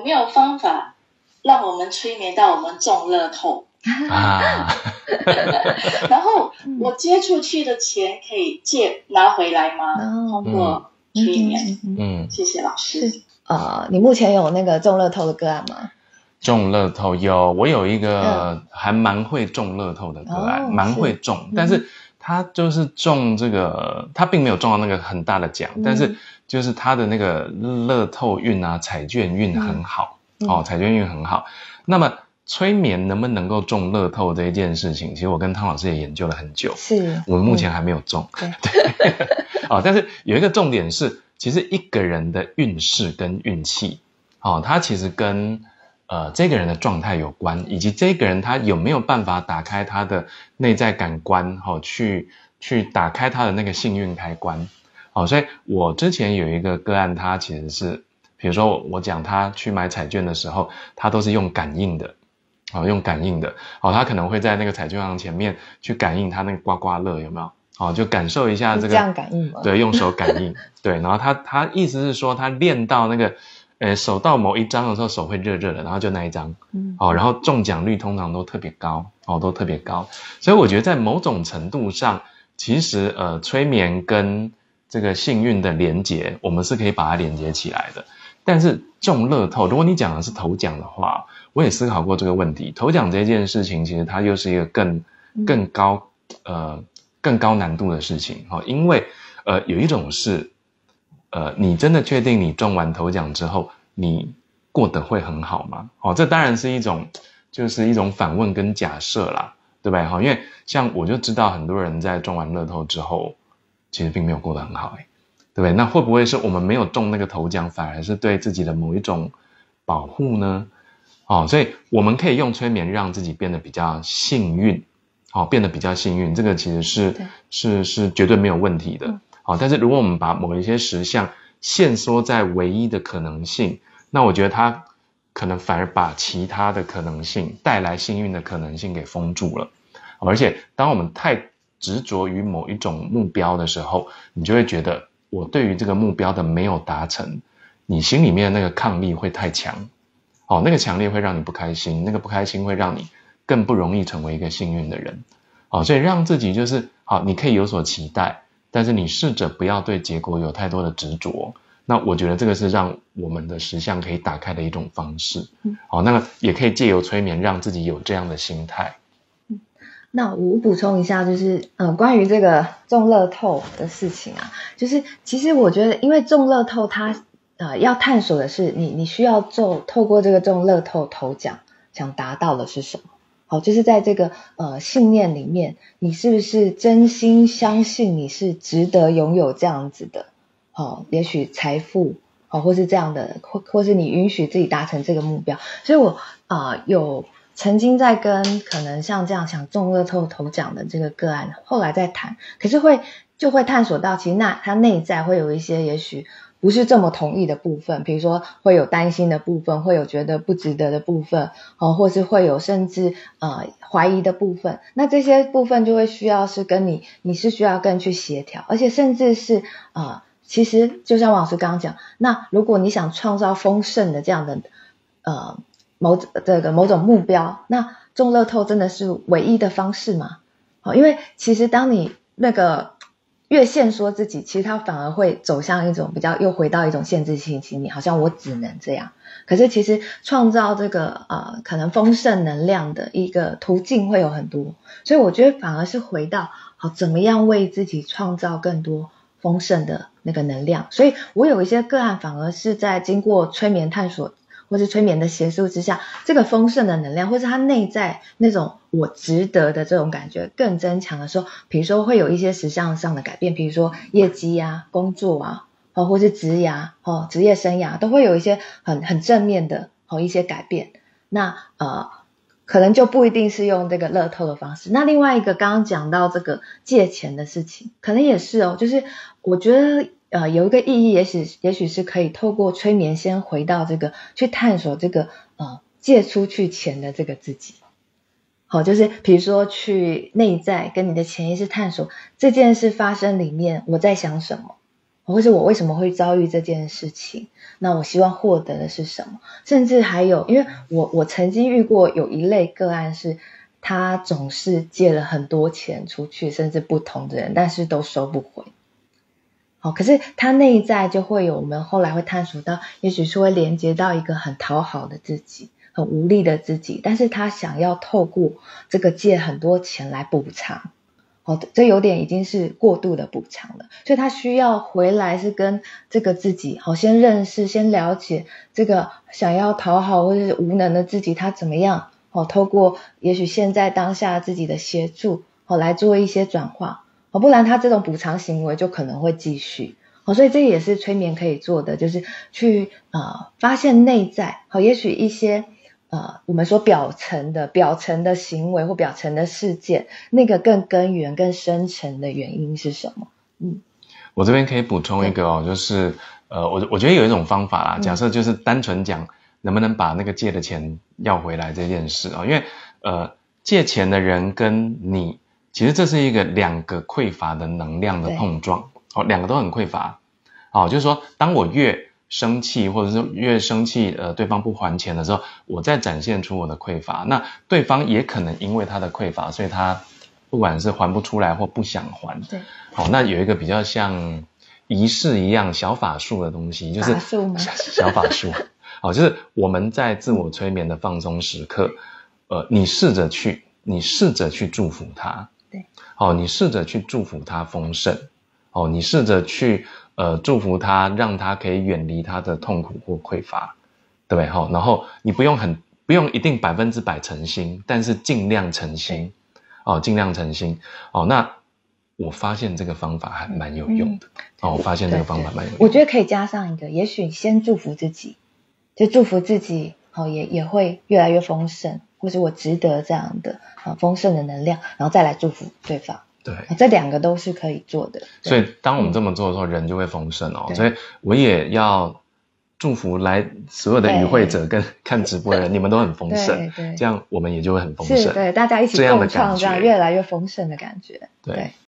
没有方法让我们催眠到我们中乐透啊？ 然后我借出去的钱可以拿回来吗？通过催眠。谢谢老师。 你目前有那个中乐透的个案吗？ 中乐透我有一个还蛮会中乐透的个案，蛮会中，但是他就是中这个，他并没有中到那个很大的奖，但是就是他的那个乐透运啊，彩券运很好，彩券运很好。那么催眠能不能够中乐透这一件事情，其实我跟汤老师也研究了很久， 是我们目前还没有中，对但是有一个重点是，其实一个人的运势跟运气，它其实跟这个人的状态有关，以及这个人他有没有办法打开他的内在感官，去打开他的那个幸运开关。所以我之前有一个个案，他其实是，比如说我讲他去买彩券的时候，他都是用感应的，用感应的，他可能会在那个彩券行前面去感应他那个刮刮乐有没有，就感受一下这个， 这样感应吗？ 对，用手感应，对，然后他意思是说他练到那个手到某一张的时候手会热热的，然后就那一张，然后中奖率通常都特别高，都特别高。所以我觉得在某种程度上，其实催眠跟这个幸运的连结，我们是可以把它连接起来的。但是中乐透，如果你讲的是头奖的话，我也思考过这个问题。头奖这件事情，其实它又是一个更高难度的事情，因为有一种是你真的确定你中完头奖之后你过得会很好吗？这当然是一种就是一种反问跟假设啦，对不对？因为像我就知道很多人在中完乐透之后其实并没有过得很好，对不对？那会不会是我们没有中那个头奖反而是对自己的某一种保护呢？所以我们可以用催眠让自己变得比较幸运，变得比较幸运，这个其实是绝对没有问题的。但是如果我们把某一些实相限缩在唯一的可能性，那我觉得它可能反而把其他的可能性带来幸运的可能性给封住了。而且当我们太执着于某一种目标的时候，你就会觉得我对于这个目标的没有达成，你心里面的那个抗力会太强，那个强烈会让你不开心，那个不开心会让你更不容易成为一个幸运的人。所以让自己就是你可以有所期待，但是你试着不要对结果有太多的执着，那我觉得这个是让我们的实相可以打开的一种方式。那么也可以借由催眠让自己有这样的心态。 那我补充一下，就是关于这个中乐透的事情啊，就是其实我觉得因为中乐透它要探索的是你需要透过这个中乐透头奖想达到的是什么。就是在这个信念里面，你是不是真心相信你是值得拥有这样子的也许财富或是这样的，或是你允许自己达成这个目标。所以我有曾经在跟可能像这样想中乐透头奖的这个个案后来在谈，可是就会探索到其实他内在会有一些也许不是这么同意的部分，比如说会有担心的部分，会有觉得不值得的部分或是会有甚至怀疑的部分。那这些部分就会需要是跟你是需要更去协调，而且甚至是其实就像王老师刚刚讲，那如果你想创造丰盛的这样的某种目标，那中乐透真的是唯一的方式吗？因为其实当你那个越限缩自己，其实它反而会走向一种比较又回到一种限制性心理，好像我只能这样。可是其实创造这个可能丰盛能量的一个途径会有很多，所以我觉得反而是回到怎么样为自己创造更多丰盛的那个能量。所以我有一些个案反而是在经过催眠探索或是催眠的协助之下，这个丰盛的能量或是他内在那种我值得的这种感觉更增强的时候，比如说会有一些实相上的改变，比如说业绩啊、工作啊或是职业生涯都会有一些很正面的一些改变。那可能就不一定是用这个乐透的方式。那另外一个刚刚讲到这个借钱的事情，可能也是就是我觉得有一个意义，也许是可以透过催眠先回到这个去探索这个借出去钱的这个自己。就是比如说去内在跟你的潜意识探索这件事发生里面我在想什么， 或是我为什么会遭遇这件事情，那我希望获得的是什么。甚至还有，因为我曾经遇过有一类个案是他总是借了很多钱出去，甚至不同的人，但是都收不回。可是他内在就会有，我们后来会探索到，也许是会连接到一个很讨好的自己，很无力的自己，但是他想要透过这个借很多钱来补偿。这有点已经是过度的补偿了，所以他需要回来是跟这个自己先认识，先了解这个想要讨好或者是无能的自己他怎么样透过也许现在当下自己的协助来做一些转化，不然他这种补偿行为就可能会继续。所以这也是催眠可以做的，就是去发现内在也许一些我们说表层的行为或表层的事件，那个更根源更深层的原因是什么？ 我这边可以补充一个就是我觉得有一种方法啦，假设就是单纯讲能不能把那个借的钱要回来这件事因为借钱的人跟你其实这是一个两个匮乏的能量的碰撞两个都很匮乏就是说当我越生气或者是越生气对方不还钱的时候，我再展现出我的匮乏，那对方也可能因为他的匮乏，所以他不管是还不出来或不想还。 对， 那有一个比较像仪式一样小法术的东西，就是法术吗？ 小法术就是我们在自我催眠的放松时刻你试着去祝福他。 对， 你试着去祝福他丰盛你试着去祝福他，让他可以远离他的痛苦或匮乏，对不对？然后你不用一定100%诚心，但是尽量诚心尽量诚心那我发现这个方法还蛮有用的我发现这个方法蛮有用的。 我觉得可以加上一个，也许先祝福自己，就祝福自己也会越来越丰盛，或是我值得这样的丰盛的能量，然后再来祝福对方。 对， 这两个都是可以做的。 所以当我们这么做的时候，人就会丰盛所以我也要祝福来所有的与会者跟看直播的人，你们都很丰盛，这样我们也就会很丰盛。 是，对，大家一起共创这样越来越丰盛的感觉。 对。